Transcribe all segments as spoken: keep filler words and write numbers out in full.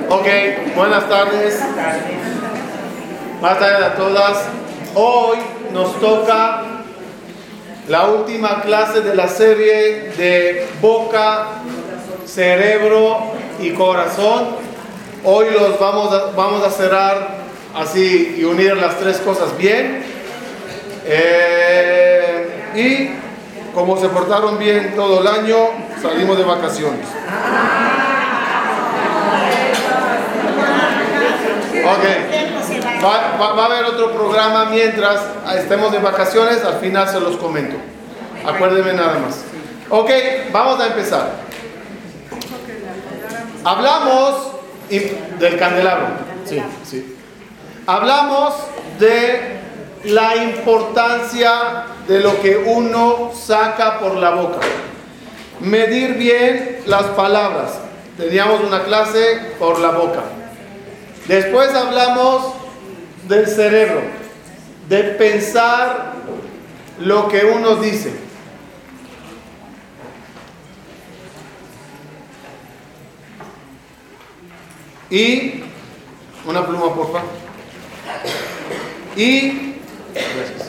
Ok, buenas tardes. Buenas tardes a todas. Hoy nos toca la última clase de la serie de boca, cerebro y corazón. Hoy los vamos a, vamos a cerrar así y unir las tres cosas bien. Eh, y como se portaron bien todo el año, salimos de vacaciones. Ok, va, va, va a haber otro programa mientras estemos de vacaciones, al final se los comento. Acuérdenme nada más. Ok, vamos a empezar. Hablamos del candelabro. Sí, sí. Hablamos de la importancia de lo que uno saca por la boca. Medir bien las palabras. Teníamos una clase por la boca. Después hablamos del cerebro, de pensar lo que uno dice. Y una pluma, por favor. Y gracias.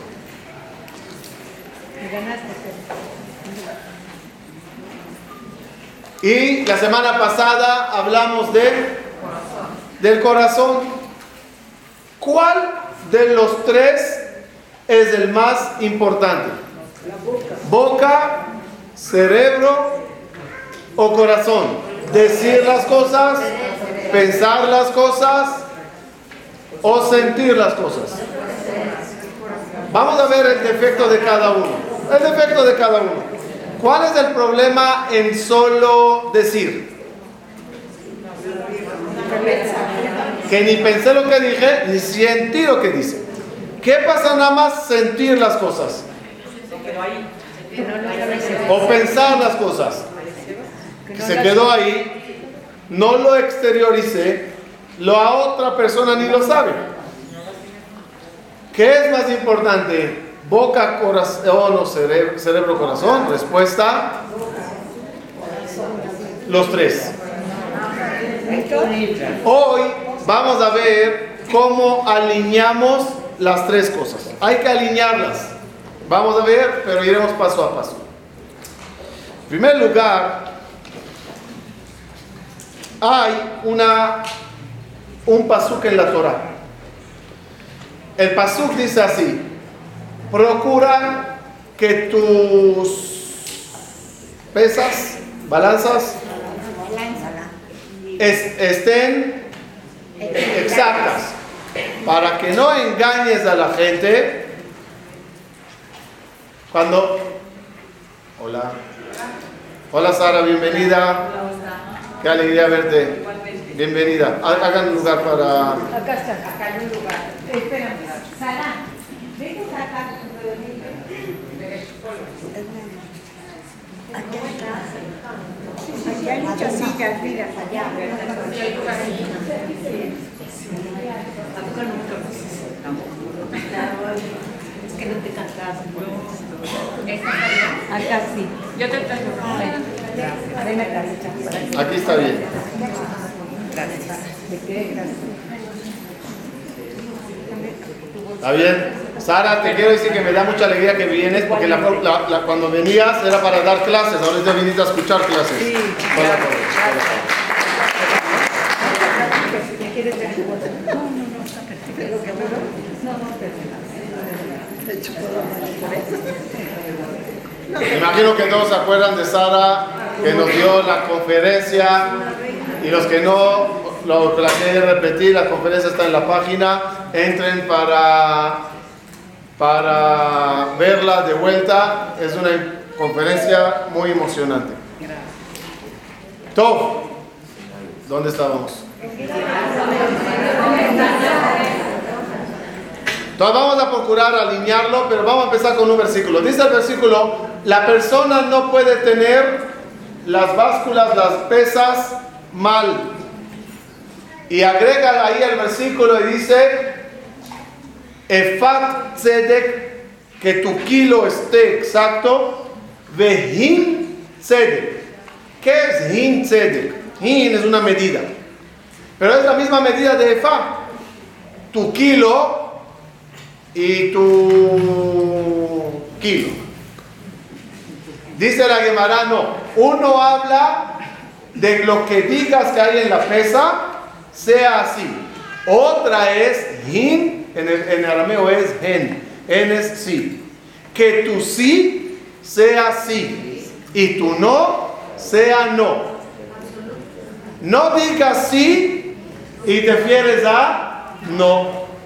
Y la semana pasada hablamos de del corazón. ¿Cuál de los tres es el más importante? ¿Boca, cerebro o corazón? ¿Decir las cosas, pensar las cosas o sentir las cosas? Vamos a ver el defecto de cada uno. El defecto de cada uno. ¿Cuál es el problema en solo decir? Que ni pensé lo que dije, ni sentí lo que dice. ¿Qué pasa nada más sentir las cosas? O pensar las cosas. Que se quedó ahí, no lo exterioricé, la otra persona ni lo sabe. ¿Qué es más importante? ¿Boca, corazón o cerebro, cerebro, corazón? Respuesta: los tres. Hoy vamos a ver cómo alineamos las tres cosas. Hay que alinearlas. Vamos a ver, pero iremos paso a paso. En primer lugar, hay una, un pasuk en la Torah. El pasuk dice así: procura que tus pesas, balanzas, es, estén exactas, para que no engañes a la gente cuando... Hola. Hola Sara, bienvenida. Qué alegría verte. Bienvenida. Hagan un lugar para... Acá está, acá hay un lugar. Espera, Sara, vengo acá. Aquí hay muchas sillas, mira, allá. Es que no te cansas. Acá sí. Yo te traigo. Ven acá. Aquí está bien. Gracias. ¿De qué? Gracias. ¿Está bien? Sara, te quiero decir que me da mucha alegría que vienes, porque la, la, la, cuando venías era para dar clases, ahora ya viniste a escuchar clases. Sí. Hola, hola. Me imagino que todos se acuerdan de Sara, que nos dio la conferencia, y los que no, lo que la quieren repetir, la conferencia está en la página, entren para, para verla de vuelta. Es una conferencia muy emocionante. Tov, ¿dónde estábamos? Entonces vamos a procurar alinearlo, pero vamos a empezar con un versículo. Dice el versículo: la persona no puede tener las básculas, las pesas mal. Y agrega ahí el versículo y dice: Efat tzedek, que tu kilo esté exacto, vehin tzedek. ¿Qué es hin tzedek? Hin es una medida. Pero es la misma medida de Efá. Tu kilo y tu kilo. Dice la Gemara, no. Uno habla de lo que digas que hay en la pesa, sea así. Otra es hin, en, el, en arameo es hen. En es sí. Que tu sí sea sí y tu no sea no. No digas sí y te refieres a no.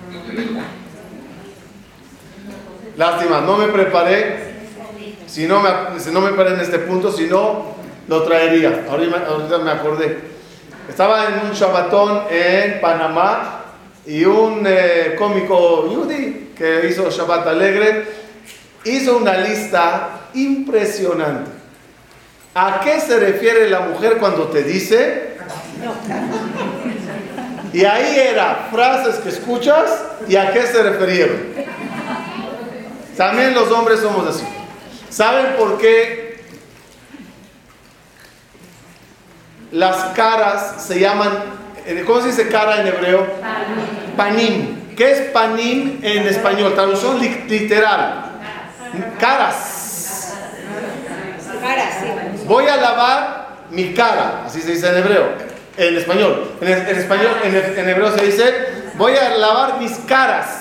Lástima, no me preparé. Si no me, si no me paré en este punto, si no, lo traería. Ahorita, ahorita me acordé. Estaba en un Shabbatón en Panamá y un eh, cómico yudí que hizo Shabbat Alegre hizo una lista impresionante. ¿A qué se refiere la mujer cuando te dice? Y ahí era frases que escuchas y a qué se refirieron. También los hombres somos así. ¿Saben por qué las caras se llaman, ¿cómo se dice cara en hebreo? Panim. ¿Qué es panim en español? Traducción literal. Caras. Voy a lavar mi cara, así se dice en hebreo, en español. En, en español, en, en hebreo se dice, voy a lavar mis caras.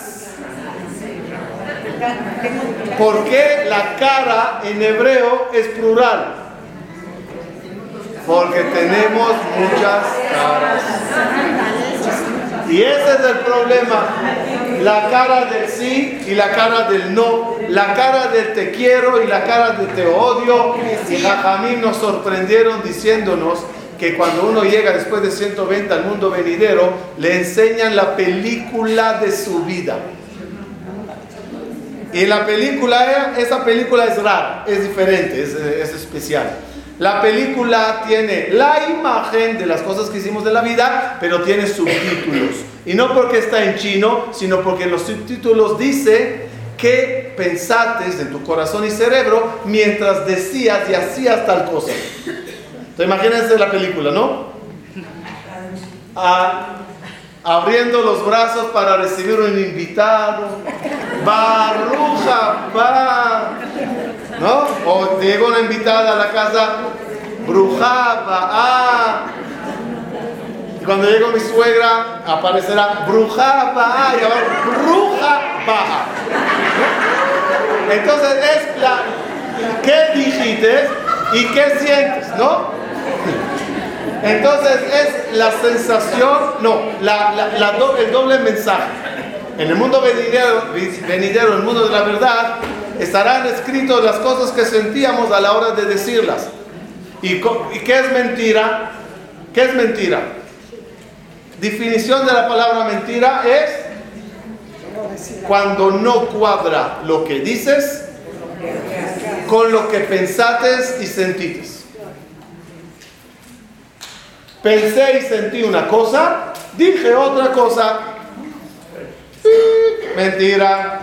¿Por qué la cara en hebreo es plural? Porque tenemos muchas caras. Y ese es el problema. La cara del sí y la cara del no. La cara del te quiero y la cara del te odio. Y Jajamim nos sorprendieron diciéndonos que cuando uno llega después de ciento veinte al mundo venidero, le enseñan la película de su vida. Y la película, esa película es rara, es diferente, es, es especial. La película tiene la imagen de las cosas que hicimos de la vida, pero tiene subtítulos. Y no porque está en chino, sino porque en los subtítulos dice qué pensaste en tu corazón y cerebro mientras decías y hacías tal cosa. Entonces imagínense la película, ¿no? Ah, abriendo los brazos para recibir un invitado. Baruja, va. ¿No? O llegó una invitada a la casa, Bruja, va. Ah. Y cuando llego mi suegra, aparecerá Bruja, va. Y ahora, Bruja, va. Entonces es la, ¿qué dijiste y qué sientes? ¿No? Entonces es la sensación, no, la, la, la do, el doble mensaje. En el mundo venidero, venidero, el mundo de la verdad, estarán escritas las cosas que sentíamos a la hora de decirlas. ¿Y, y qué es mentira? ¿Qué es mentira? Definición de la palabra mentira es cuando no cuadra lo que dices con lo que pensaste y sentiste. Pensé y sentí una cosa, dije otra cosa. Mentira.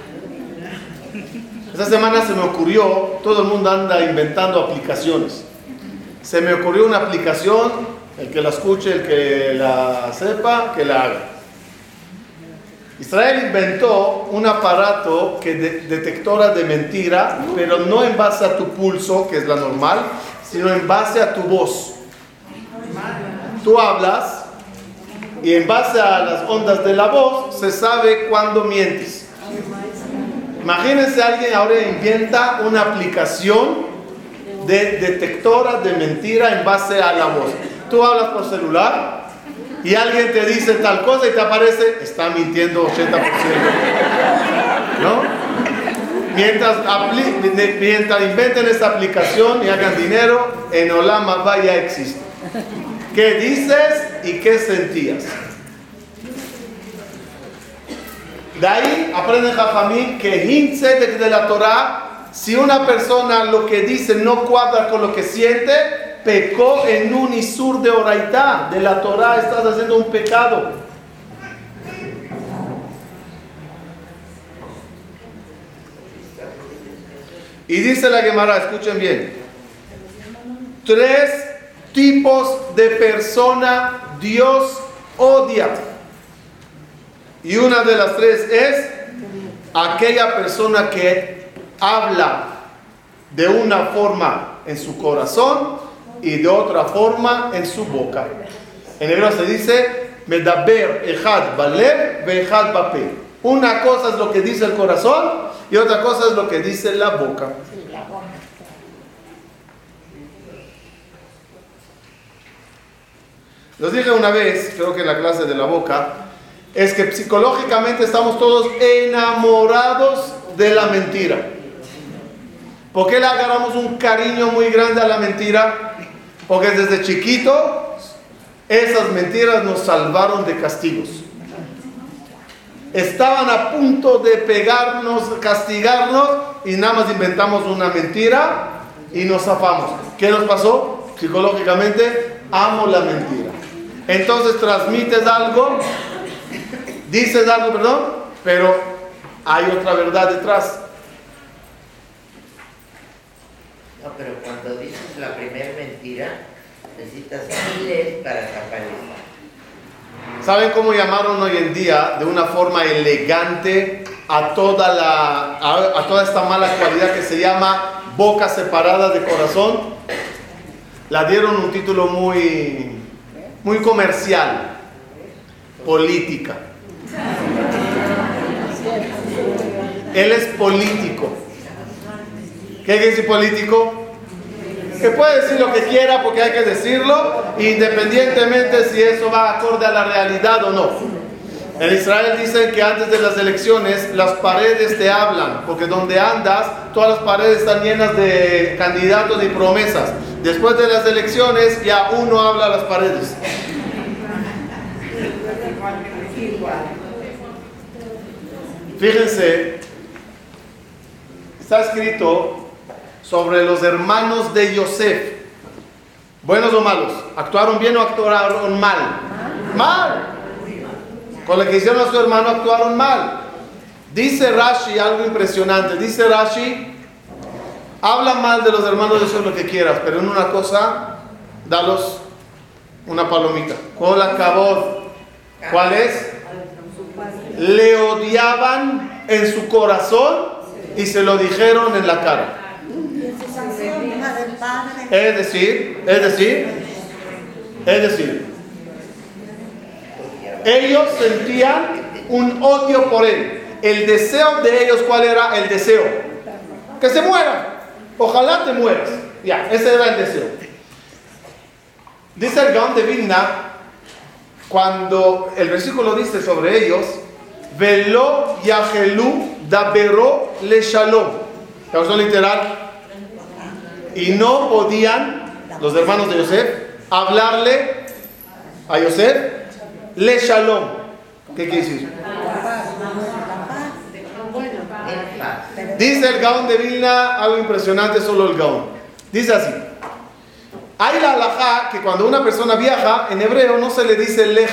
Esta semana se me ocurrió, todo el mundo anda inventando aplicaciones. Se me ocurrió una aplicación, el que la escuche, el que la sepa, que la haga. Israel inventó un aparato que de, detectora de mentira, pero no en base a tu pulso, que es la normal, sino en base a tu voz. Tú hablas y en base a las ondas de la voz se sabe cuándo mientes. Imagínense, alguien ahora inventa una aplicación de detectora de mentira en base a la voz. Tú hablas por celular y alguien te dice tal cosa y te aparece, está mintiendo ochenta por ciento. ¿No? Mientras, mientras inventen esta aplicación y hagan dinero, en Olam Haba ya existe. ¿Qué dices y qué sentías? De ahí aprenden Jajamim que Hin Tzedek de la Torah, si una persona lo que dice no cuadra con lo que siente, pecó en un isur de oraitá de la Torah, estás haciendo un pecado. Y dice la Gemara, escuchen bien, tres tipos de persona Dios odia. Y una de las tres es aquella persona que habla de una forma en su corazón y de otra forma en su boca. En hebreo se dice medaber echad balev veechad bape. Una cosa es lo que dice el corazón y otra cosa es lo que dice la boca. Les dije una vez, creo que en la clase de la boca, es que psicológicamente estamos todos enamorados de la mentira. ¿Por qué le agarramos un cariño muy grande a la mentira? Porque desde chiquito esas mentiras nos salvaron de castigos. Estaban a punto de pegarnos, castigarnos, y nada más inventamos una mentira y nos zafamos. ¿Qué nos pasó? Psicológicamente, amo la mentira. Entonces transmites algo, dices algo, perdón, pero hay otra verdad detrás. No, pero cuando dices la primera mentira, necesitas miles para tapar eso. ¿Saben cómo llamaron hoy en día de una forma elegante a toda, la, a, a toda esta mala cualidad que se llama boca separada de corazón? La dieron un título muy, muy comercial: política. Él es político. ¿Qué quiere decir político? Que puede decir lo que quiera porque hay que decirlo, independientemente si eso va acorde a la realidad o no. En Israel dicen que antes de las elecciones las paredes te hablan, porque donde andas todas las paredes están llenas de candidatos y promesas. Después de las elecciones ya uno habla a las paredes. Fíjense, está escrito sobre los hermanos de Yosef. ¿Buenos o malos? ¿Actuaron bien o actuaron mal? Mal. Con lo que hicieron a su hermano actuaron mal. Dice Rashi algo impresionante. Dice Rashi, habla mal de los hermanos de Yosef lo que quieras, pero en una cosa, dalos una palomita. ¿Cuál acabó? ¿Cuál es? Le odiaban en su corazón y se lo dijeron en la cara. Es decir, es decir, es decir, ellos sentían un odio por él. El deseo de ellos, ¿cuál era el deseo? Que se mueran. Ojalá te mueras. Ya, ese era el deseo. Dice el Gaón de Vilna, cuando el versículo dice sobre ellos, Velo Yahelu Dabero Le Shalom. Traducción literal. Y no podían los hermanos de Yosef hablarle a Yosef Le Shalom. ¿Qué quiere decir? Dice el Gaón de Vilna algo impresionante, solo el Gaón. Dice así: hay la halajá que cuando una persona viaja, en hebreo no se le dice Lech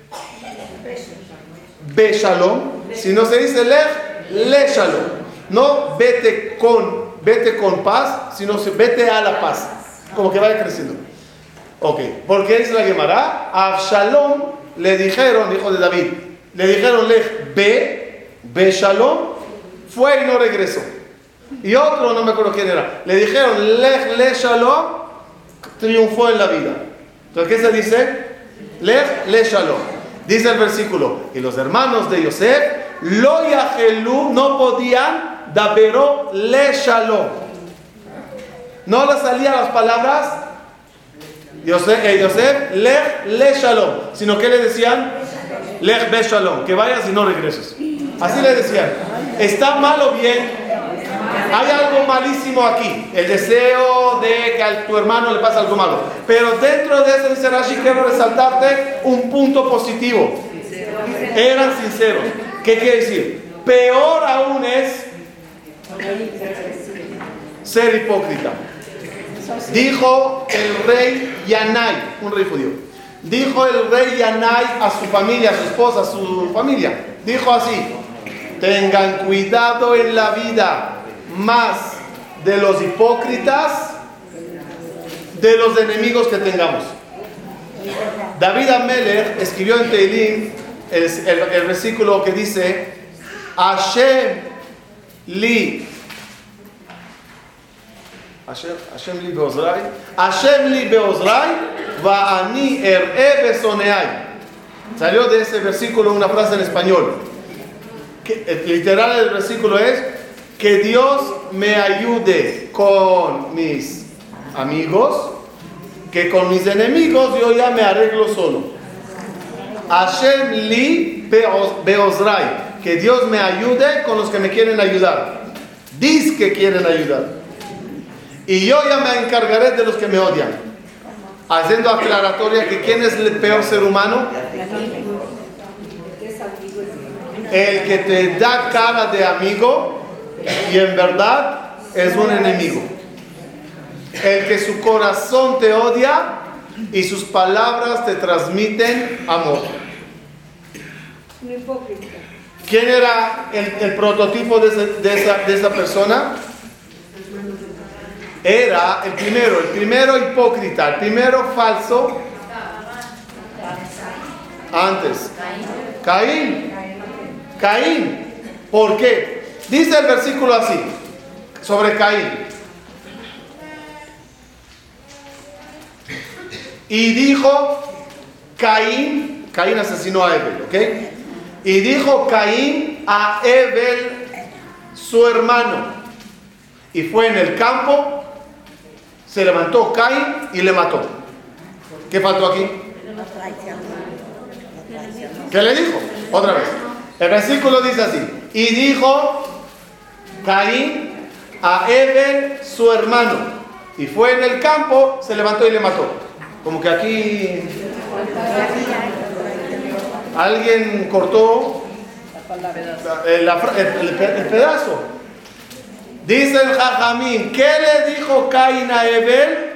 Be Shalom, sino se dice Lech Le Shalom. No vete con, vete con paz, sino vete a la paz. Como que vaya creciendo. Ok, porque dice la Gemara, a Absalom le dijeron, hijo de David, le dijeron Lech Be, Be Shalom, fue y no regresó. Y otro, no me acuerdo quién era, le dijeron Lech Le Shalom, triunfó en la vida. Entonces, ¿qué se dice? Lech Le Shalom. Dice el versículo, y los hermanos de Yosef, Lo Yahelu, no podían Dabero Le Shalom. No le salían las palabras Yosef, eh, Yosef Lech Le Shalom, sino que le decían Lech Be Shalom, que vayas y no regreses. Así le decían. ¿Está mal o bien? Hay algo malísimo aquí, el deseo de que a tu hermano le pase algo malo. Pero dentro de eso, dice Rashi, quiero resaltarte un punto positivo. Eran sinceros. ¿Qué quiere decir? Peor aún es ser hipócrita. Dijo el rey Yanai, un rey judío, dijo el rey Yanai a su familia, a su esposa, a su familia, dijo así: tengan cuidado en la vida más de los hipócritas, de los enemigos que tengamos. David Amelech escribió en Tehilim el, el, el versículo que dice: Hashem li, Hashem, Hashem li beozrai, Hashem li beozrai, va ani er'e besoneai. Salió de ese versículo una frase en español. Que, el literal del versículo es: que Dios me ayude con mis amigos, que con mis enemigos yo ya me arreglo solo. Hashem li beozrai, que Dios me ayude con los que me quieren ayudar. Dice que quieren ayudar. Y yo ya me encargaré de los que me odian. Haciendo aclaratoria que ¿quién es el peor ser humano? El que te da cara de amigo y en verdad es un enemigo. El que su corazón te odia y sus palabras te transmiten amor. ¿Quién era el, el prototipo de, ese, de, esa, de esa persona? Era el primero, el primero hipócrita, el primero falso. Antes, Caín. Caín. ¿Por qué? Dice el versículo así, sobre Caín. Y dijo Caín, Caín asesinó a Abel, ¿ok? Y dijo Caín a Abel, su hermano, y fue en el campo, se levantó Caín y le mató. ¿Qué faltó aquí? ¿Qué le dijo? Otra vez. El versículo dice así: y dijo Caín a Abel, su hermano, y fue en el campo, se levantó y le mató. Como que aquí alguien cortó el, el, el pedazo. Dice el Jajamín, ¿qué le dijo Caín a Abel?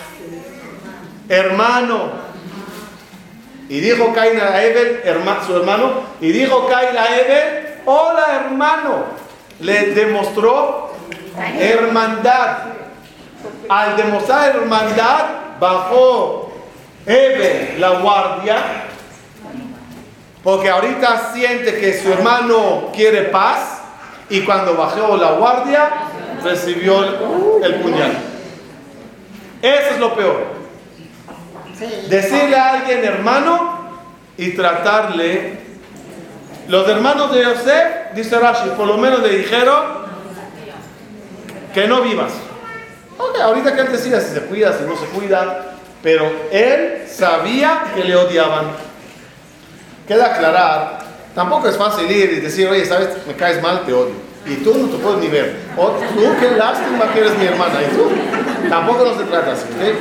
Hermano. Y dijo Caín a Abel, herma, su hermano, y dijo Caín a Abel, hola hermano. Le demostró hermandad. Al demostrar hermandad, bajó Abel la guardia, porque ahorita siente que su hermano quiere paz, y cuando bajó la guardia recibió el, el puñal. Eso es lo peor, decirle a alguien hermano y tratarle. Los hermanos de Yosef, dice Rashi, por lo menos le dijeron que no vivas. Okay, ahorita que él decía si se cuida, si no se cuida, pero él sabía que le odiaban. Queda aclarar, tampoco es fácil ir y decir, oye, sabes, me caes mal, te odio. Y tú no te puedes ni ver. O tú, qué lástima que eres mi hermana. Y tú, tampoco no se trata así, ¿ok?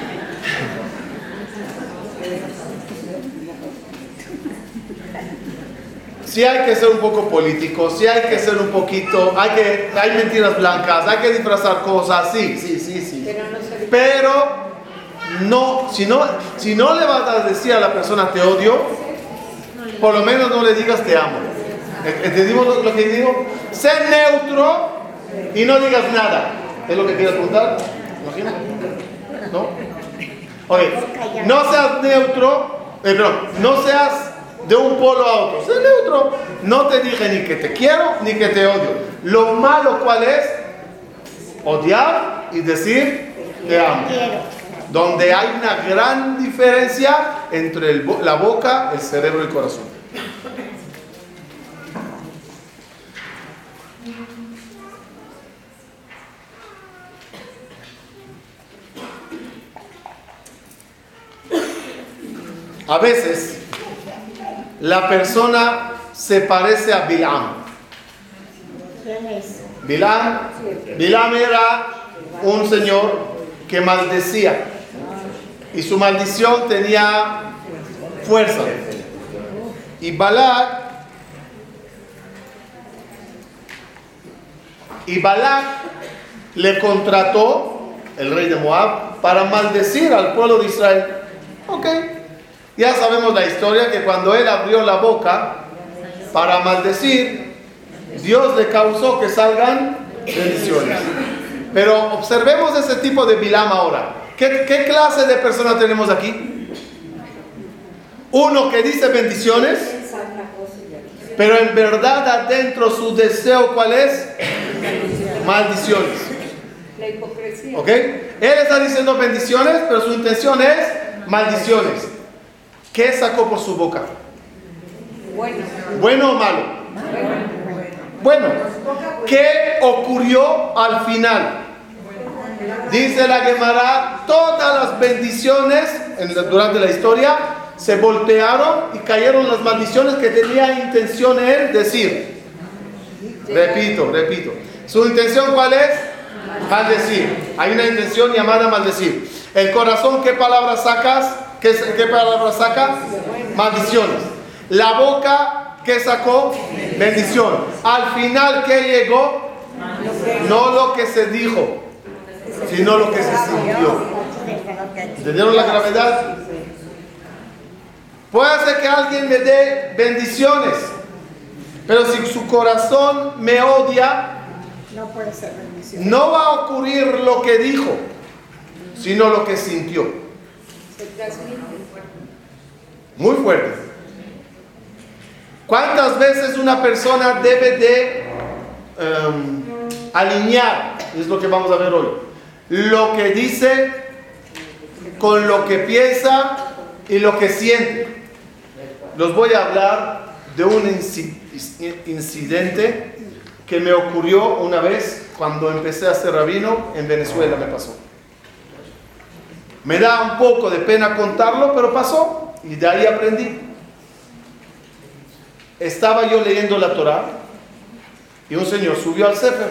Sí hay que ser un poco político, sí hay que ser un poquito, hay que, hay mentiras blancas, hay que disfrazar cosas, sí, sí, sí, sí. Pero no, si no, si no le vas a decir a la persona te odio, por lo menos no le digas te amo. ¿Entendimos lo, lo que digo? Sé neutro y no digas nada. ¿Es lo que quieres preguntar? ¿Imagino? ¿No? Oye, no seas neutro, eh, perdón, no seas de un polo a otro, sé neutro. No te dije ni que te quiero ni que te odio. Lo malo, ¿cuál es? Odiar y decir te amo. Donde hay una gran diferencia entre el, la boca, el cerebro y el corazón. A veces la persona se parece a Bilam. ¿Quién es? Bilam, Bilam era un señor que maldecía y su maldición tenía fuerza. Y Balak y Balak le contrató, el rey de Moab, para maldecir al pueblo de Israel. Ok. Ya sabemos la historia, que cuando él abrió la boca para maldecir, Dios le causó que salgan bendiciones. Pero observemos ese tipo de Bilam ahora. ¿Qué, qué clase de persona tenemos aquí? Uno que dice bendiciones, pero en verdad adentro su deseo, ¿cuál es? Maldiciones. La hipocresía. ¿Ok? Él está diciendo bendiciones, pero su intención es maldiciones. ¿Qué sacó por su boca? Bueno. ¿Bueno o malo? Bueno. ¿Qué ocurrió al final? Dice la Gemara, todas las bendiciones en la- durante la historia se voltearon y cayeron las maldiciones que tenía intención él decir. Repito, repito. ¿Su intención cuál es? Maldecir. Hay una intención llamada maldecir. El corazón, ¿qué palabras sacas? ¿Qué, qué palabras saca? Maldiciones. La boca, ¿qué sacó? Bendición. Al final, ¿qué llegó? No lo que se dijo, sino lo que se sintió. ¿Entendieron la gravedad? Puede ser que alguien me dé bendiciones, pero si su corazón me odia, No puede ser bendición. no va a ocurrir lo que dijo, sino lo que sintió. Se transmite. Muy fuerte. ¿Cuántas veces una persona debe de um, alinear? Es lo que vamos a ver hoy. Lo que dice con lo que piensa y lo que siente. Los voy a hablar de un inci- incidente que me ocurrió una vez cuando empecé a ser rabino en Venezuela. Me pasó. Me da un poco de pena contarlo, pero pasó y de ahí aprendí. Estaba yo leyendo la Torá y un señor subió al Sefer.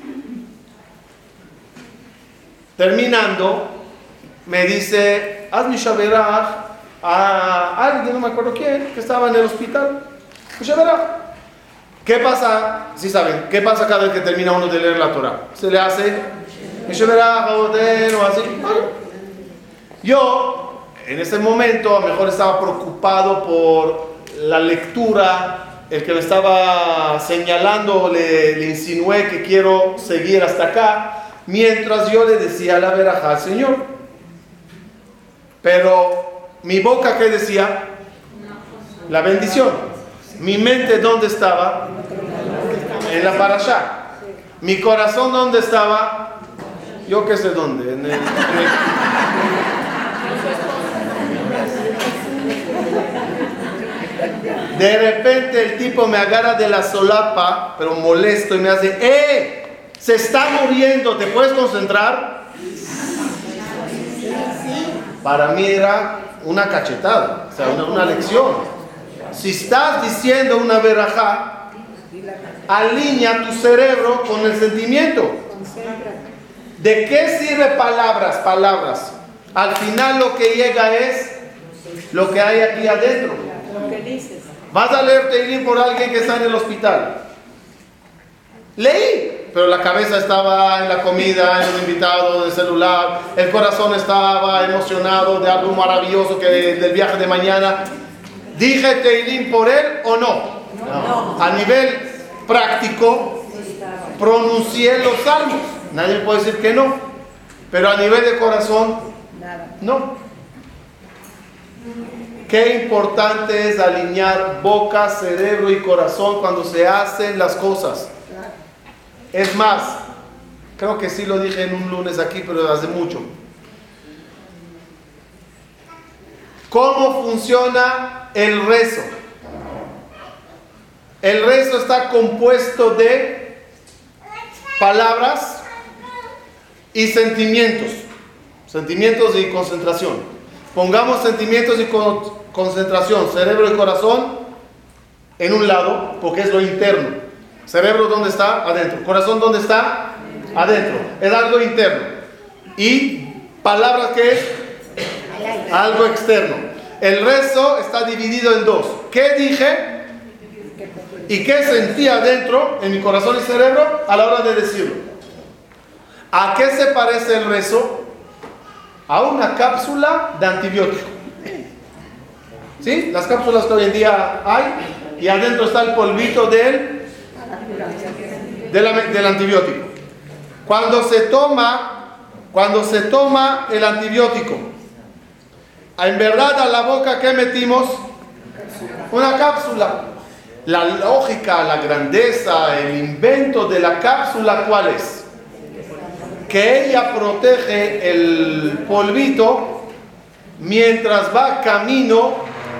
Terminando, me dice, haz mi shaberach a alguien, no me acuerdo quién, que estaba en el hospital. Mi shaberach. ¿Qué pasa? Si saben, ¿qué pasa cada vez que termina uno de leer la Torá? Se le hace mi shaberach a Odén o así. Yo, en ese momento, a lo mejor estaba preocupado por la lectura. El que me estaba señalando le, le insinué que quiero seguir hasta acá, mientras yo le decía la verajá al Señor. Pero mi boca, ¿qué decía? La bendición. Mi mente, ¿dónde estaba? En la parashá. Mi corazón, ¿dónde estaba? Yo qué sé dónde. En el, en el... De repente el tipo me agarra de la solapa, pero molesto, y me hace, ¡eh! Se está muriendo, ¿te puedes concentrar? Para mí era una cachetada, o sea, una, una lección. Si estás diciendo una verajá, alinea tu cerebro con el sentimiento. ¿De qué sirve palabras? Palabras. Al final lo que llega es lo que hay aquí adentro. Lo que dices. Vas a leer Tehilim por alguien que está en el hospital. Leí, pero la cabeza estaba en la comida, en un invitado de celular, el corazón estaba emocionado de algo maravilloso que del viaje de mañana. ¿Dije Tehilim por él o no? No. A nivel práctico, pronuncié los salmos. Nadie puede decir que no. Pero a nivel de corazón, no. Qué importante es alinear boca, cerebro y corazón cuando se hacen las cosas. Es más, creo que sí lo dije en un lunes aquí, pero hace mucho. ¿Cómo funciona el rezo? El rezo está compuesto de palabras y sentimientos. Sentimientos y concentración. Pongamos sentimientos y con, concentración, cerebro y corazón en un lado, porque es lo interno. Cerebro, ¿dónde está? Adentro. Corazón, ¿dónde está? Adentro. Es algo interno. Y palabras, ¿qué es? Algo externo. El rezo está dividido en dos. ¿Qué dije? ¿Y qué sentí adentro, en mi corazón y cerebro, a la hora de decirlo? ¿A qué se parece el rezo? A una cápsula de antibiótico. ¿Sí? Las cápsulas que hoy en día hay, y adentro está el polvito del, de la, del antibiótico. Cuando se toma, cuando se toma el antibiótico, en verdad a la boca, ¿qué metimos? una cápsula. La lógica, la grandeza, el invento de la cápsula, ¿cuál es? Que ella protege el polvito mientras va camino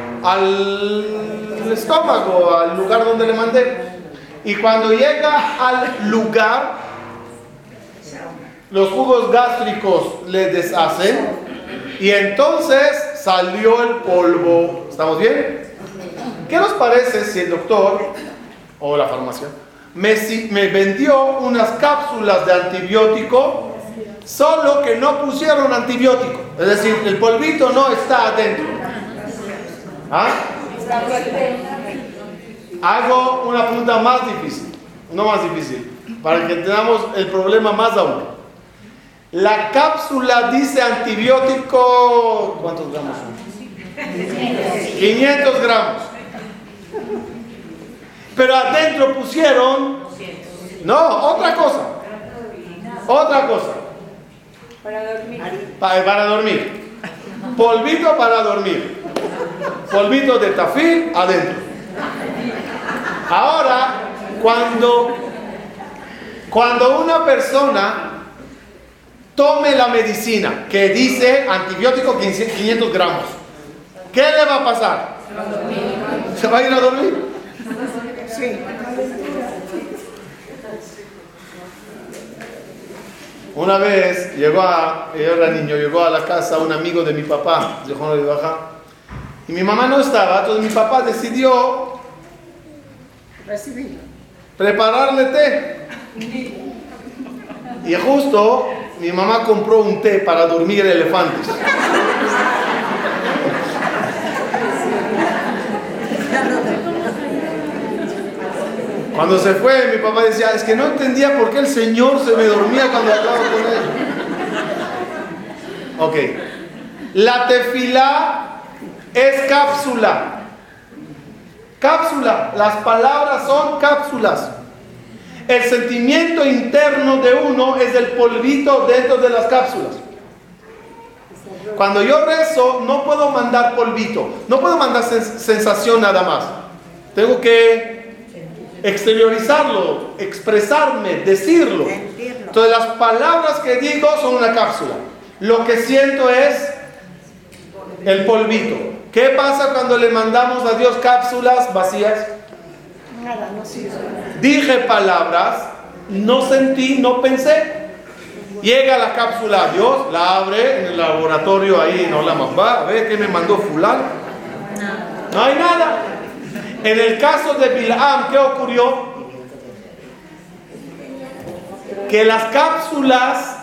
al estómago, al lugar donde le mandé. Y cuando llega al lugar, los jugos gástricos le deshacen y entonces salió el polvo. ¿Estamos bien? ¿Qué nos parece si el doctor o la farmacia me, me vendió unas cápsulas de antibiótico, solo que no pusieron antibiótico? Es decir, el polvito no está adentro. ¿Ah? Hago una pregunta más difícil, no más difícil, para que entendamos el problema más aún. La cápsula dice antibiótico, ¿cuántos gramos son? quinientos gramos. Pero adentro pusieron, no, otra cosa, otra cosa. Para dormir. Para, para dormir. Polvito para dormir. Polvito de tafil adentro. Ahora, cuando, cuando una persona tome la medicina que dice antibiótico quinientos gramos, ¿qué le va a pasar? ¿Se va a ir a dormir? Sí. Una vez llegó a, yo era niño, llegó a la casa un amigo de mi papá, de Juan de Baja, y mi mamá no estaba, entonces mi papá decidió prepararle té. Y justo mi mamá compró un té para dormir elefantes. Cuando se fue, mi papá decía, es que no entendía por qué el Señor se me dormía cuando hablaba con él. Ok. La tefilá es cápsula. Cápsula. Las palabras son cápsulas. El sentimiento interno de uno es el polvito dentro de las cápsulas. Cuando yo rezo, no puedo mandar polvito. No puedo mandar sens- sensación nada más. Tengo que exteriorizarlo, expresarme, decirlo. Entonces las palabras que digo son una cápsula. Lo que siento es el polvito. ¿Qué pasa cuando le mandamos a Dios cápsulas vacías? Nada, no sirve. Dije palabras, no sentí, no pensé. Llega la cápsula a Dios, la abre en el laboratorio ahí en Olamazba, a ver qué me mandó fulano. No hay nada. En el caso de Bilam, ¿qué ocurrió? Que las cápsulas,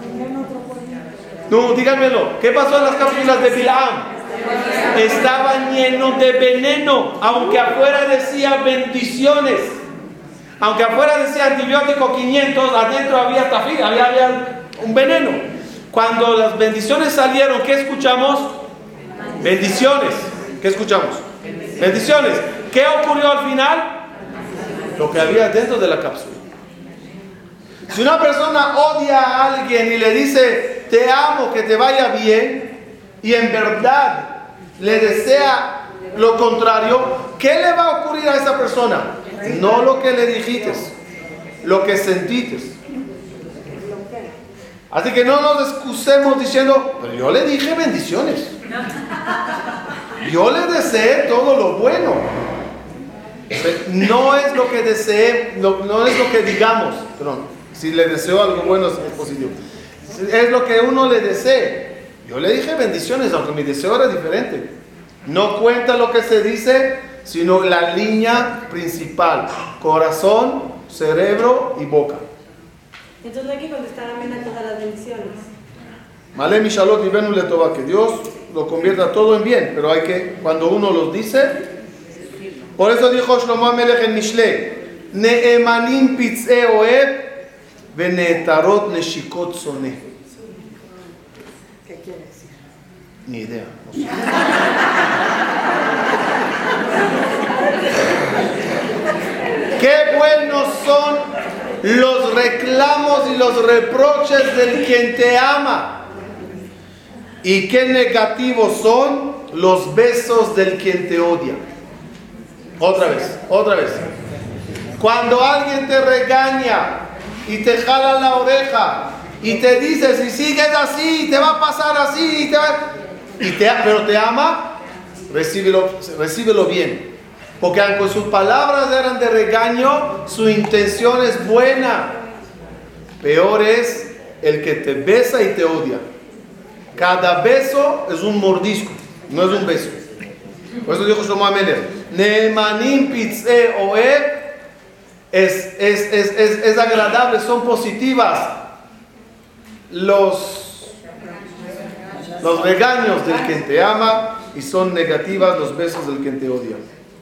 no, díganmelo, ¿qué pasó en las cápsulas de Bilam? Estaban llenos de veneno, aunque afuera decía bendiciones, aunque afuera decía antibiótico quinientos, adentro había tafil, había, había un veneno. Cuando las bendiciones salieron, ¿qué escuchamos? Bendiciones. ¿Qué escuchamos? Bendiciones. ¿Qué ocurrió al final? Lo que había dentro de la cápsula. Si una persona odia a alguien y le dice te amo, que te vaya bien, y en verdad le desea lo contrario, ¿qué le va a ocurrir a esa persona? No lo que le dijiste, lo que sentiste. Así que no nos excusemos diciendo, pero yo le dije bendiciones, yo le deseé todo lo bueno. No es lo que deseé, no, no es lo que digamos, perdón, si le deseo algo bueno es positivo, es lo que uno le desee. Yo le dije bendiciones, aunque mi deseo era diferente. No cuenta lo que se dice, sino la línea principal: corazón, cerebro y boca. Entonces no hay que contestar amén a todas las bendiciones. Malé mi shalot y benu letová, que Dios lo convierta todo en bien, pero hay que, cuando uno los dice. Por eso dijo Shlomo Amelech en Mishlei: Ne'emanim pitzei oev venetarot neshikot soneh. ¿Qué quiere decir? Ni idea. No sé. Qué buenos son los reclamos y los reproches del quien te ama. Y qué negativos son los besos del quien te odia. Otra vez, otra vez. Cuando alguien te regaña y te jala la oreja y te dice, si sigues así, te va a pasar así, y te va... y te, pero te ama, recíbelo, recíbelo bien. Porque aunque sus palabras eran de regaño, su intención es buena. Peor es el que te besa y te odia. Cada beso es un mordisco, no es un beso. Por eso dijo Shlomo Amelech, Neemanim pitzeh oed, es, es, es, es, es agradable, son positivas los, los regaños del que te ama y son negativas los besos del que te odia.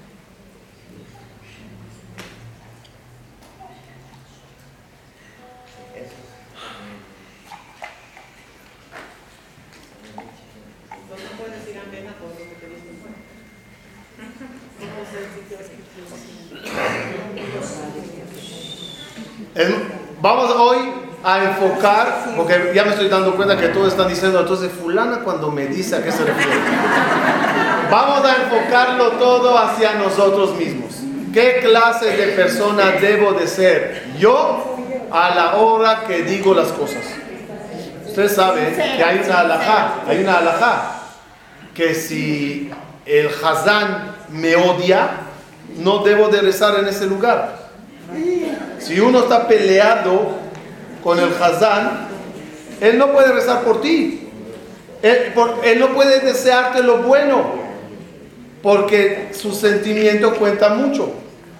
Vamos hoy a enfocar, porque ya me estoy dando cuenta que todos están diciendo, entonces fulana cuando me dice a qué se refiere. Vamos a enfocarlo todo hacia nosotros mismos. ¿Qué clase de persona debo de ser yo a la hora que digo las cosas? Ustedes saben que hay una halajá, hay una halajá, que si el Hazán me odia, no debo de rezar en ese lugar. Si uno está peleado con el Hazán, él no puede rezar por ti. Él, por, él no puede desearte lo bueno, porque su sentimiento cuenta mucho.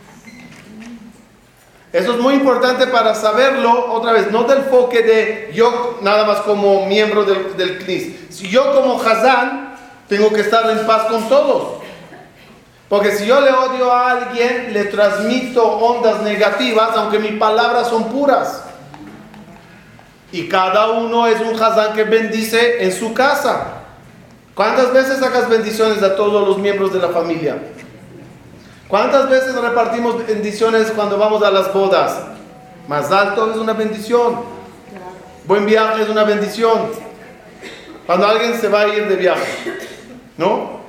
Eso es muy importante para saberlo, otra vez, no del enfoque de yo nada más como miembro del, del C N I S. Si yo como Hazán tengo que estar en paz con todos. Porque si yo le odio a alguien, le transmito ondas negativas, aunque mis palabras son puras. Y cada uno es un Hazán que bendice en su casa. ¿Cuántas veces sacas bendiciones a todos los miembros de la familia? ¿Cuántas veces repartimos bendiciones cuando vamos a las bodas? Más alto es una bendición. Buen viaje es una bendición. Cuando alguien se va a ir de viaje, ¿no?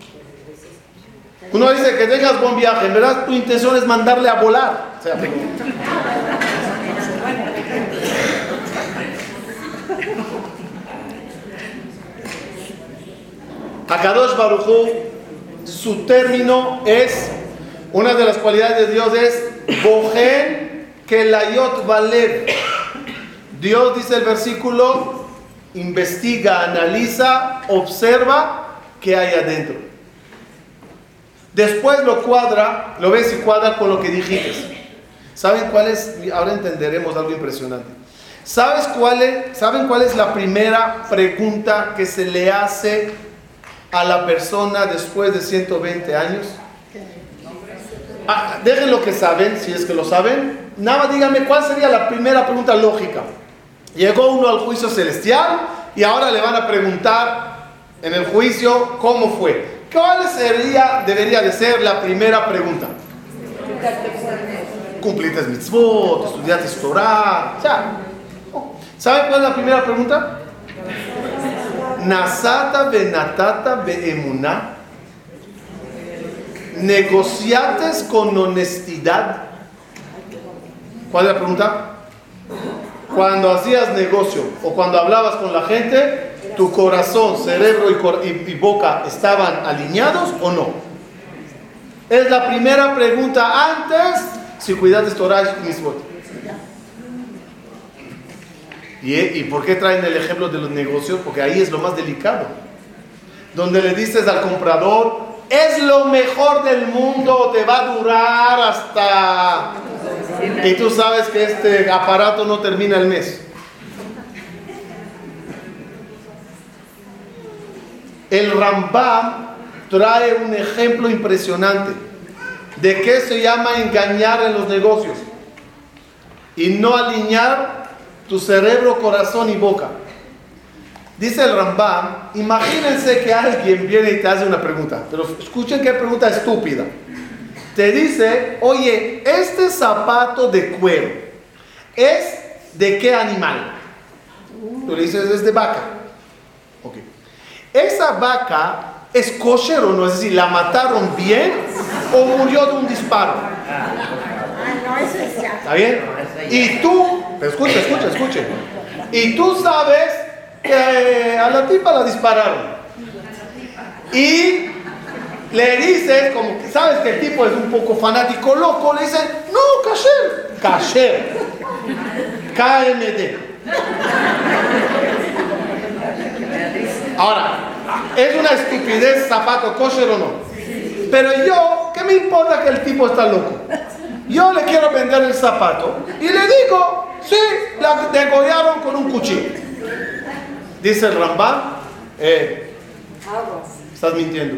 Uno dice que dejas buen viaje, en verdad tu intención es mandarle a volar. O sea, Akadosh Baruj Hu, su término es, una de las cualidades de Dios es Bojen Kelayot Valev. Dios, dice el versículo, investiga, analiza, observa qué hay adentro. Después lo cuadra, lo ves y cuadra con lo que dijiste. ¿Saben cuál es? Ahora entenderemos algo impresionante. ¿Sabes cuál es, ¿Saben cuál es la primera pregunta que se le hace a la persona después de ciento veinte años? Ah, dejen lo que saben, si es que lo saben. Nada más díganme cuál sería la primera pregunta lógica. Llegó uno al juicio celestial y ahora le van a preguntar en el juicio cómo fue. ¿Cuál sería, debería de ser la primera pregunta? ¿Cumpliste mitzvot? ¿Estudiaste Torah? ¿Saben cuál es la primera pregunta? Nasata benatata beemuná. ¿Negociates con honestidad? ¿Cuál es la pregunta? Cuando hacías negocio o cuando hablabas con la gente, ¿tu corazón, cerebro y, cor y, y boca estaban alineados o no? Es la primera pregunta antes si cuidaste Torah y mitzvot. ¿Y, ¿Y por qué traen el ejemplo de los negocios? Porque ahí es lo más delicado. Donde le dices al comprador, es lo mejor del mundo, te va a durar hasta... Y tú sabes que este aparato no termina el mes. El Rambam trae un ejemplo impresionante de qué se llama engañar en los negocios y no alinear tu cerebro, corazón y boca. Dice el Rambam, imagínense que alguien viene y te hace una pregunta, pero escuchen qué pregunta estúpida. Te dice, oye, este zapato de cuero, ¿es de qué animal? Tú le dices, es de vaca. Ok. ¿Esa vaca es kosher o no? Es decir, ¿la mataron bien o murió de un disparo. Ah, no, eso es ya. ¿Está bien? Y tú, escucha, escucha, escucha. Y tú sabes que a la tipa la dispararon. Y le dices, como que sabes que el tipo es un poco fanático loco, le dices, no, kasher. Kasher. K M D. Ahora, ¿es una estupidez zapato kosher o no? Pero yo, ¿qué me importa que el tipo está loco? Yo le quiero vender el zapato y le digo, sí, la degollaron con un cuchillo. Dice el Rambam, eh, estás mintiendo.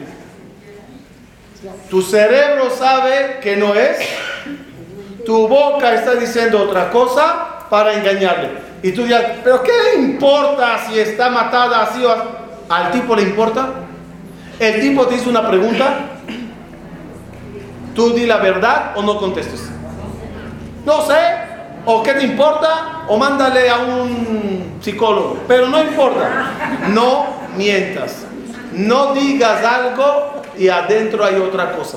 Tu cerebro sabe que no es, tu boca está diciendo otra cosa para engañarle. Y tú dirás, ¿pero qué le importa si está matada así o así? ¿Al tipo le importa? El tipo te hizo una pregunta, tú di la verdad o no contestes. No sé, o qué te importa, o mándale a un psicólogo, pero no importa. No mientas, no digas algo y adentro hay otra cosa.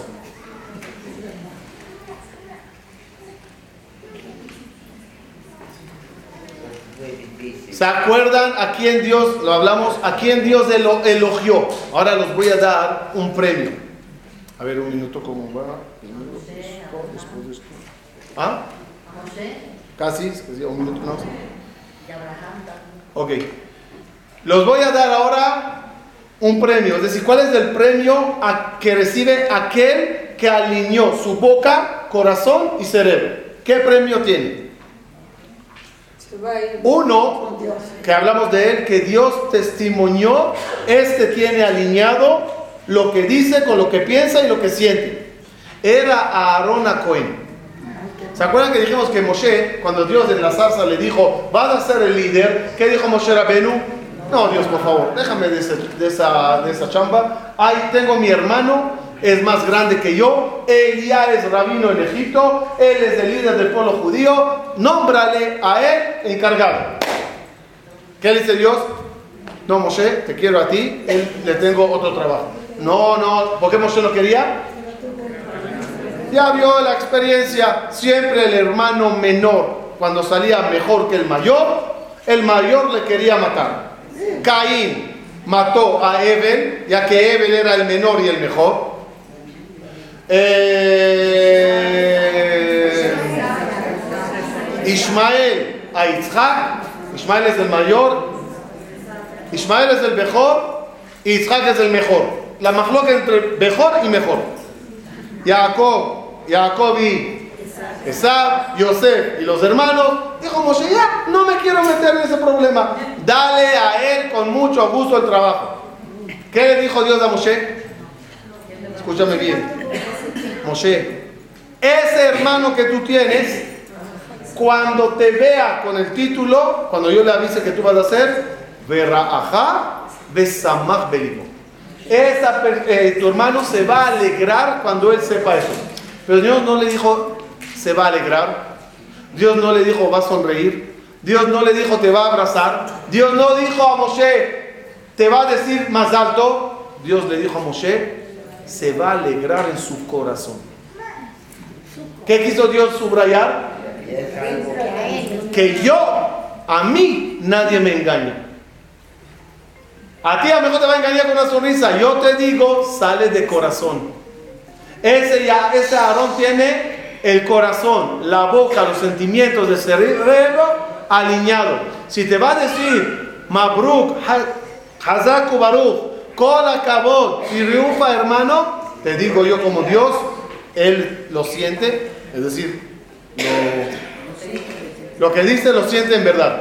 ¿Se acuerdan a quién Dios, lo hablamos, a quién Dios elo, elogió? Ahora los voy a dar un premio. A ver, un minuto, ¿cómo va? Después de esto. ¿Ah? Casi, un minuto, no. Ok. Los voy a dar ahora un premio. Es decir, ¿cuál es el premio a, que recibe aquel que alineó su boca, corazón y cerebro? ¿Qué premio tiene? Uno, que hablamos de él, que Dios testimonió, este tiene alineado lo que dice con lo que piensa y lo que siente. Era Aarón a Cohen. ¿Se acuerdan que dijimos que Moshe, cuando Dios en la zarza le dijo, vas a ser el líder? ¿Qué dijo Moshe Rabenu? No, Dios, por favor, déjame de, ese, de, esa, de esa chamba. Ahí tengo mi hermano, es más grande que yo, él ya es rabino en Egipto, él es el líder del pueblo judío, nómbrale a él encargado. ¿Qué le dice Dios? No, Moshe, te quiero a ti, él, le tengo otro trabajo. No, no, ¿por qué Moshe no quería? Ya vio la experiencia, siempre el hermano menor, cuando salía mejor que el mayor, el mayor le quería matar. Caín mató a Abel, ya que Abel era el menor y el mejor. Eh, Ismael a Isaac, Ismael es el mayor, Ismael es el mejor y Isaac es el mejor. La mahloca entre mejor y mejor. Jacob, Jacob y Esab, Yosef y los hermanos. Dijo Moshe, ya, no me quiero meter en ese problema. Dale a él con mucho gusto el trabajo. ¿Qué le dijo Dios a Moshe? Escúchame bien. Moshe, ese hermano que tú tienes, cuando te vea con el título, cuando yo le avise que tú vas a hacer, Vera'ajá besamach belibo. Esa, eh, tu hermano se va a alegrar cuando él sepa eso. Pero Dios no le dijo, se va a alegrar. Dios no le dijo, va a sonreír. Dios no le dijo, te va a abrazar. Dios no dijo a Moshe, te va a decir más alto. Dios le dijo a Moshe, se va a alegrar en su corazón. ¿Qué quiso Dios subrayar? Que yo, a mí, nadie me engaña. A ti a lo mejor te va a engañar con una sonrisa. Yo te digo, sale de corazón. Ese, ya, ese Aarón tiene el corazón, la boca, los sentimientos del cerebro alineados. Si te va a decir, Mabruk, Hazaku Baruch, Kol HaKavod y triunfa, hermano, te digo yo como Dios, él lo siente, es decir, lo, lo que dice lo siente en verdad.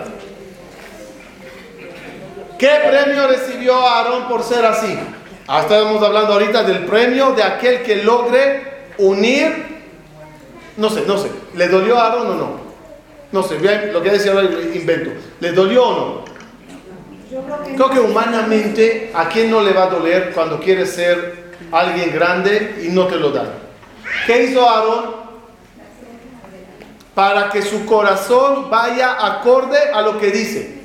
¿Qué premio recibió Aarón por ser así? Ah, estamos hablando ahorita del premio de aquel que logre unir, no sé, no sé, ¿le dolió a Aarón o no? No sé, bien, lo que decía ahora invento, ¿le dolió o no? Creo que humanamente, ¿a quién no le va a doler cuando quiere ser alguien grande y no te lo dan? ¿Qué hizo Aarón? Para que su corazón vaya acorde a lo que dice.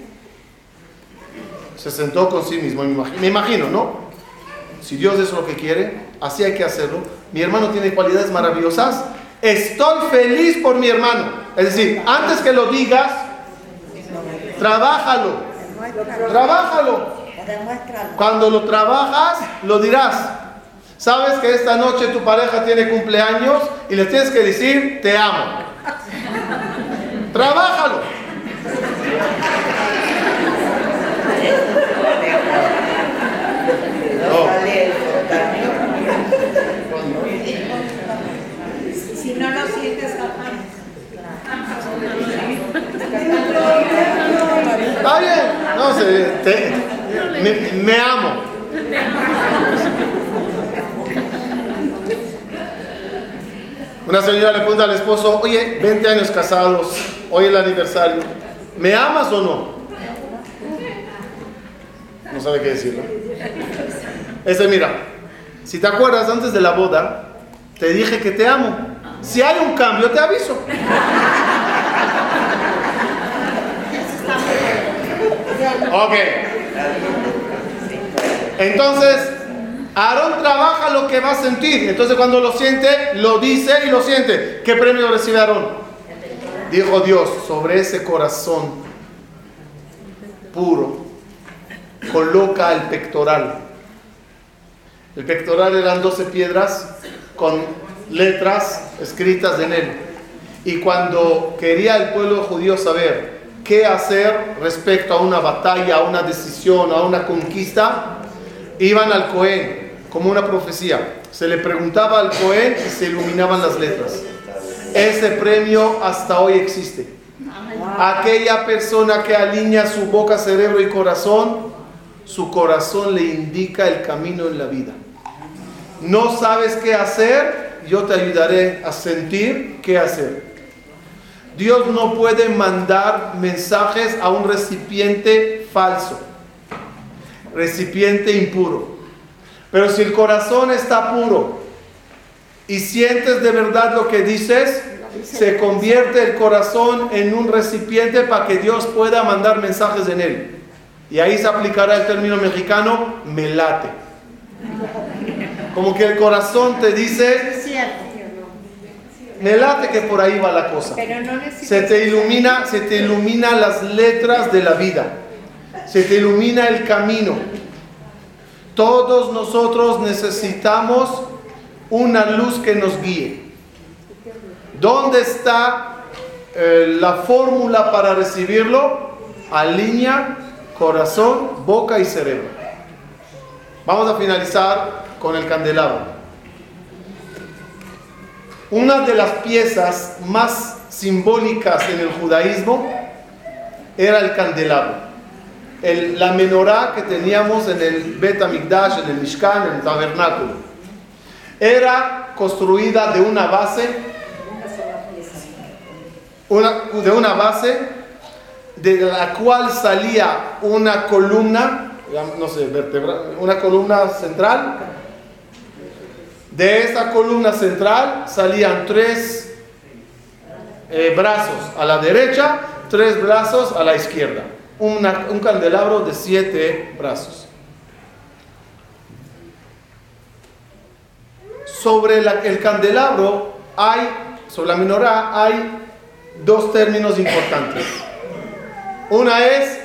Se sentó con sí mismo, me imagino, me imagino, ¿no? Si Dios es lo que quiere, así hay que hacerlo. mi hermano tiene cualidades maravillosas, estoy feliz por mi hermano. Es decir, antes que lo digas, trabájalo, trabájalo. Cuando lo trabajas, lo dirás. Sabes que esta noche tu pareja tiene cumpleaños y le tienes que decir, te amo. Trabájalo. No sale el espontáneo. Si no lo sientes, papá. Está bien, no sé, te- me, me amo. Una señora le pregunta al esposo, oye, veinte años casados, hoy el aniversario, ¿me amas o no? No sabe qué decirlo. Ese, mira, si te acuerdas, antes de la boda, te dije que te amo. Si hay un cambio, te aviso. Ok. Entonces, Aarón trabaja lo que va a sentir. Entonces, cuando lo siente, lo dice y lo siente. ¿Qué premio recibe Aarón? Dijo Dios, sobre ese corazón puro, coloca el pectoral. El pectoral eran doce piedras con letras escritas en él. Y cuando quería el pueblo judío saber qué hacer respecto a una batalla, a una decisión, a una conquista, iban al Cohen, como una profecía. Se le preguntaba al Cohen y se iluminaban las letras. Ese premio hasta hoy existe. Aquella persona que alinea su boca, cerebro y corazón, su corazón le indica el camino en la vida. No sabes qué hacer, yo te ayudaré a sentir qué hacer. Dios no puede mandar mensajes a un recipiente falso, recipiente impuro. Pero si el corazón está puro y sientes de verdad lo que dices, se convierte el corazón en un recipiente para que Dios pueda mandar mensajes en él. Y ahí se aplicará el término mexicano, me late. Como que el corazón te dice, Es cierto. me late que por ahí va la cosa. Pero no necesitas. Se te ilumina, se te ilumina las letras de la vida. Se te ilumina el camino. Todos nosotros necesitamos una luz que nos guíe. ¿Dónde está eh, la fórmula para recibirlo? Alinea corazón, boca y cerebro. Vamos a finalizar con el candelabro. Una de las piezas más simbólicas en el judaísmo era el candelabro. El, la menorá que teníamos en el Bet HaMikdash, en el Mishkan, en el tabernáculo. Era construida de una base, una, de una base de la cual salía una columna, no sé, vertebral, una columna central. De esa columna central salían tres eh, brazos a la derecha, tres brazos a la izquierda. Una, un candelabro de siete brazos. Sobre la, el candelabro hay, sobre la menorá hay dos términos importantes. Una es,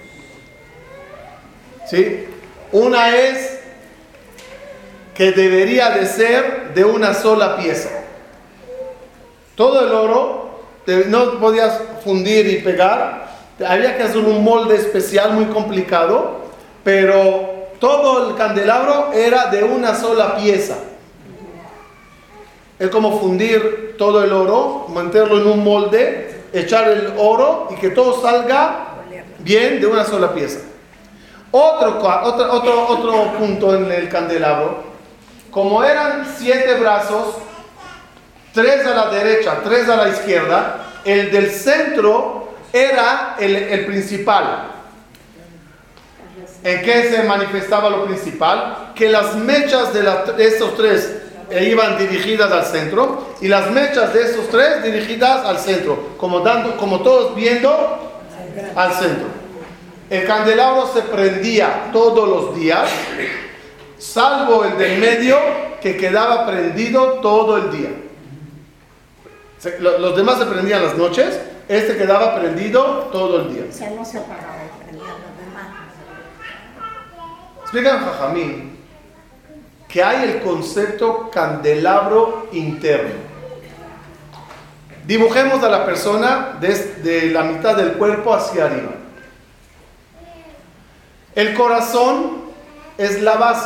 ¿sí? Una es que debería de ser de una sola pieza. Todo el oro no podías fundir y pegar. Había que hacer un molde especial muy complicado, pero todo el candelabro era de una sola pieza. Es como fundir todo el oro, meterlo en un molde, echar el oro y que todo salga bien de una sola pieza. Otro, otro, otro, otro punto en el candelabro, como eran siete brazos, tres a la derecha, tres a la izquierda, el del centro era el, el principal. ¿En qué se manifestaba lo principal? Que las mechas de, la, de estos tres eh, iban dirigidas al centro y las mechas de estos tres dirigidas al centro, como, dando, como todos viendo al centro. El candelabro se prendía todos los días, salvo el del medio, que quedaba prendido todo el día. Los demás se prendían las noches, este quedaba prendido todo el día. O sea, no se apagaba, prendían los demás. Explican Jajamín que hay el concepto candelabro interno. Dibujemos a la persona desde la mitad del cuerpo hacia arriba. El corazón es la base.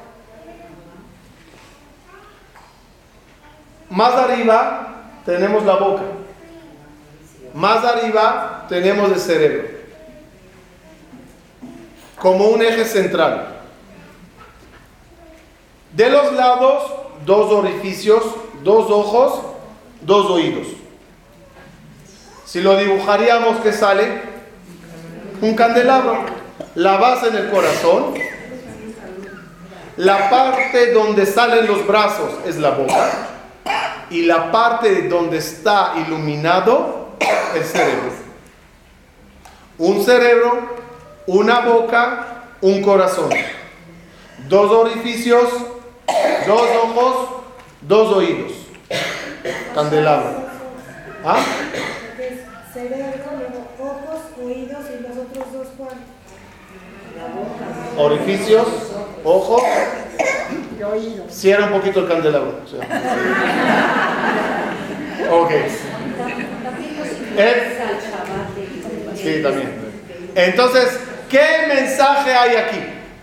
Más arriba tenemos la boca. Más arriba tenemos el cerebro. Como un eje central. De los lados, dos orificios, dos ojos, dos oídos. Si lo dibujaríamos, ¿qué sale? Un candelabro. La base en el corazón. La parte donde salen los brazos es la boca. Y la parte donde está iluminado, el cerebro. Un cerebro, una boca, un corazón. Dos orificios, dos ojos, dos oídos. Candelabro. ¿Ah? Cerebro, luego ojos, oídos y los otros dos, ¿cuál? Orificios, ojos. Y oídos. Cierra un poquito el candelabro. O sea. Ok. Eh, Sí, también. Entonces, ¿qué mensaje hay aquí?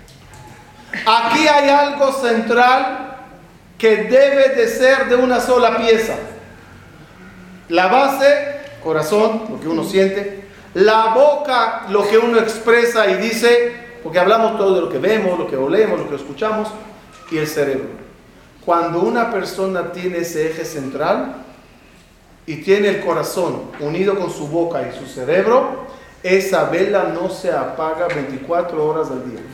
Aquí hay algo central que debe de ser de una sola pieza. La base, corazón, lo que uno siente. La boca, lo que uno expresa y dice, porque hablamos todo de lo que vemos, lo que olemos, lo que escuchamos. Y el cerebro. Cuando una persona tiene ese eje central y tiene el corazón unido con su boca y su cerebro, esa vela no se apaga veinticuatro horas al día.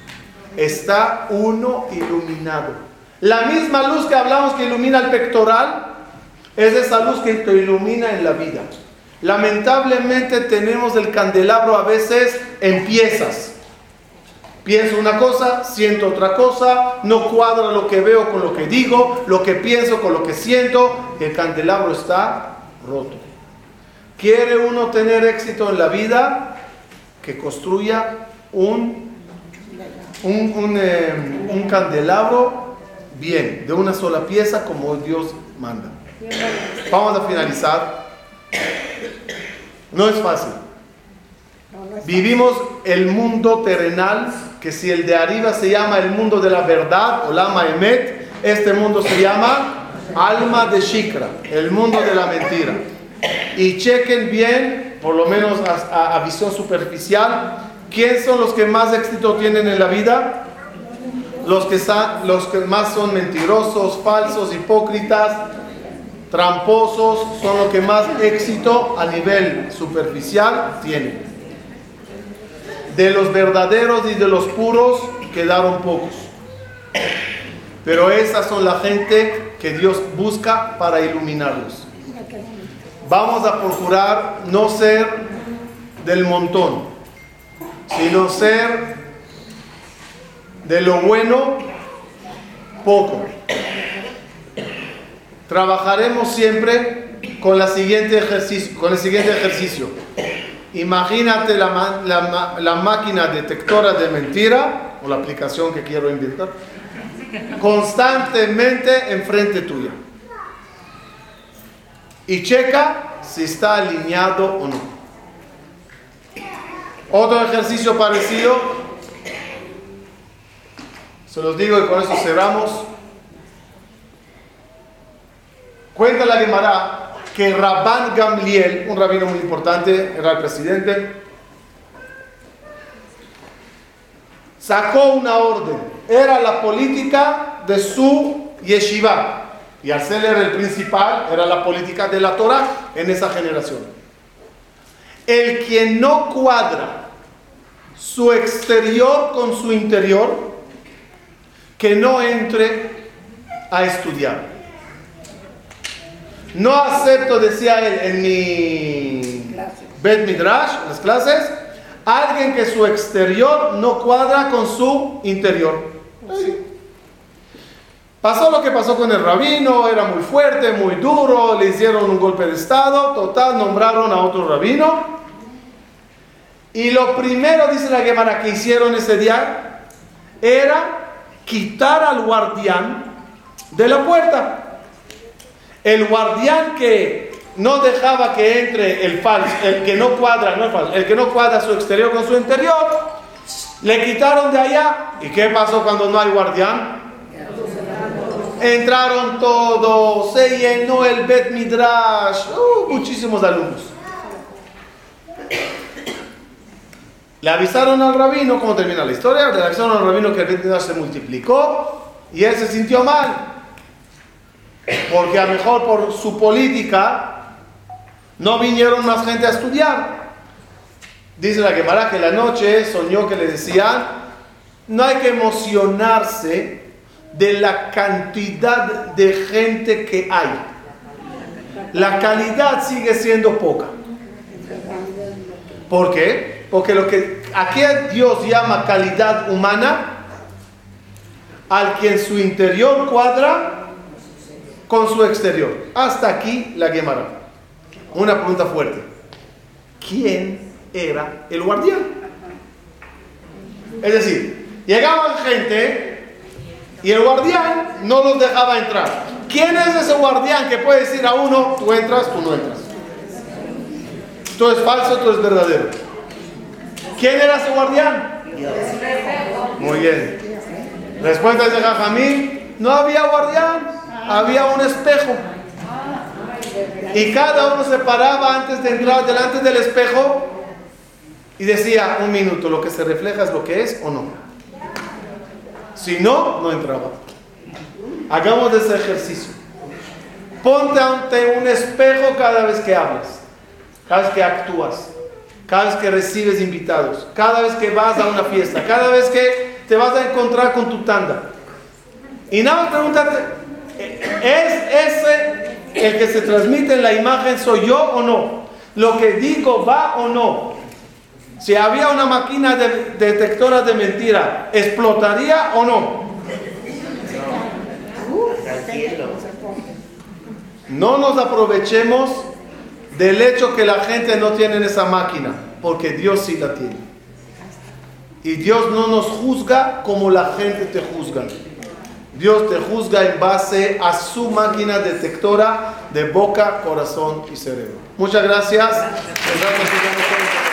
Está uno iluminado. La misma luz que hablamos que ilumina el pectoral es esa luz que te ilumina en la vida. Lamentablemente tenemos el candelabro a veces en piezas. Pienso una cosa, siento otra cosa, no cuadra lo que veo con lo que digo, lo que pienso con lo que siento. El candelabro está roto. ¿Quiere uno tener éxito en la vida? Que construya un, un, un, eh, un candelabro bien, de una sola pieza como Dios manda. Vamos a finalizar. No es fácil. Vivimos el mundo terrenal, que si el de arriba se llama el mundo de la verdad, o Lama Emet, este mundo se llama alma de Shikra, el mundo de la mentira. Y chequen bien, por lo menos a, a, a visión superficial, ¿quién son los que más éxito tienen en la vida? Los que, son, los que más son mentirosos, falsos, hipócritas, tramposos, son los que más éxito a nivel superficial tienen. De los verdaderos y de los puros quedaron pocos. Pero esas son la gente que Dios busca para iluminarlos. Vamos a procurar no ser del montón, sino ser de lo bueno poco. Trabajaremos siempre con, la siguiente ejercicio, con el siguiente ejercicio. Imagínate la, la, la máquina detectora de mentira, o la aplicación que quiero inventar, constantemente enfrente tuya. Y checa si está alineado o no. Otro ejercicio parecido, se los digo y con eso cerramos. Cuenta la Gemara que Rabban Gamliel, un rabino muy importante, era el presidente, sacó una orden. Era la política de su yeshiva. Y al ser el principal, era la política de la Torah en esa generación. El quien no cuadra su exterior con su interior, que no entre a estudiar. No acepto, decía él en mi Bet Midrash, en las clases, alguien que su exterior no cuadra con su interior. Sí. Pasó lo que pasó con el rabino, era muy fuerte, muy duro, le hicieron un golpe de estado, total, nombraron a otro rabino. Y lo primero, dice la Gemara, que hicieron ese día, era quitar al guardián de la puerta. El guardián que no dejaba que entre el falso, el que no cuadra, no el falso, el que no cuadra su exterior con su interior, le quitaron de allá. ¿Y qué pasó cuando no hay guardián? Entraron todos, se llenó el Bet Midrash, uh, muchísimos alumnos. Le avisaron al rabino, ¿cómo termina la historia? Le avisaron al rabino que el Bet Midrash se multiplicó y él se sintió mal. Porque a lo mejor por su política no vinieron más gente a estudiar. Dice la Gemara que la noche soñó que le decían, no hay que emocionarse de la cantidad de gente que hay. La calidad sigue siendo poca. ¿Por qué? Porque lo que aquí Dios llama calidad humana al que en su interior cuadra con su exterior. Hasta aquí la Gemara. Una pregunta fuerte. ¿Quién era el guardián? Es decir, llegaban gente y el guardián no los dejaba entrar. ¿Quién es ese guardián que puede decir a uno, tú entras, tú no entras? Tú es falso, tú es verdadero. ¿Quién era ese guardián? Dios. Muy bien. Respuesta de Jajamín, no había guardián, había un espejo. Y cada uno se paraba antes de entrar delante del espejo y decía, un minuto, lo que se refleja es lo que es o no. Si no, no entraba. Hagamos ese ejercicio. Ponte ante un espejo cada vez que hablas, cada vez que actúas, cada vez que recibes invitados, cada vez que vas a una fiesta, cada vez que te vas a encontrar con tu tanda. Y nada más pregúntate, ¿es ese el que se transmite en la imagen, soy yo o no? ¿Lo que digo va o no? Si había una máquina de detectora de mentira, ¿explotaría o no? No nos aprovechemos del hecho que la gente no tiene esa máquina, porque Dios sí la tiene. Y Dios no nos juzga como la gente te juzga. Dios te juzga en base a su máquina detectora de boca, corazón y cerebro. Muchas gracias.